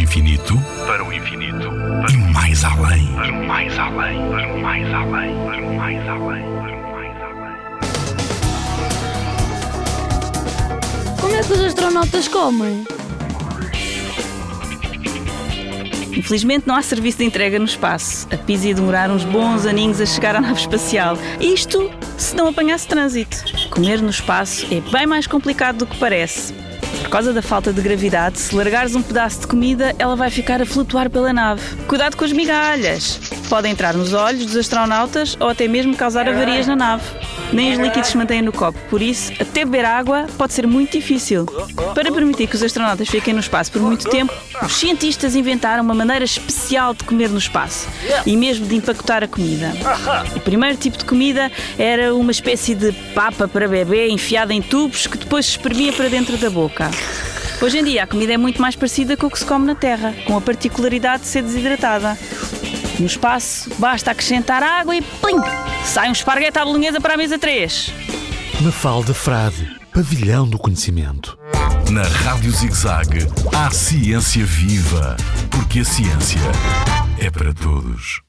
infinito, para o infinito, para e mais além, para o mais além, para o mais além, para o mais além, para o mais além. Como é que os astronautas comem? Infelizmente não há serviço de entrega no espaço. A PISA ia demorar uns bons aninhos a chegar à nave espacial. Isto se não apanhasse trânsito. Comer no espaço é bem mais complicado do que parece. Por causa da falta de gravidade, se largares um pedaço de comida, ela vai ficar a flutuar pela nave. Cuidado com as migalhas! Podem entrar nos olhos dos astronautas ou até mesmo causar avarias na nave. Nem os líquidos se mantêm no copo, por isso, até beber água pode ser muito difícil. Para permitir que os astronautas fiquem no espaço por muito tempo, os cientistas inventaram uma maneira especial de comer no espaço e mesmo de empacotar a comida. O primeiro tipo de comida era uma espécie de papa para bebê enfiada em tubos que depois se espremia para dentro da boca. Hoje em dia a comida é muito mais parecida com o que se come na Terra, com a particularidade de ser desidratada. No espaço, basta acrescentar água e plim! Sai um esparguete à bolonhesa para a mesa 3. Mafalda Frade, pavilhão do conhecimento. Na Rádio Zig-Zag, há ciência viva, porque a ciência é para todos.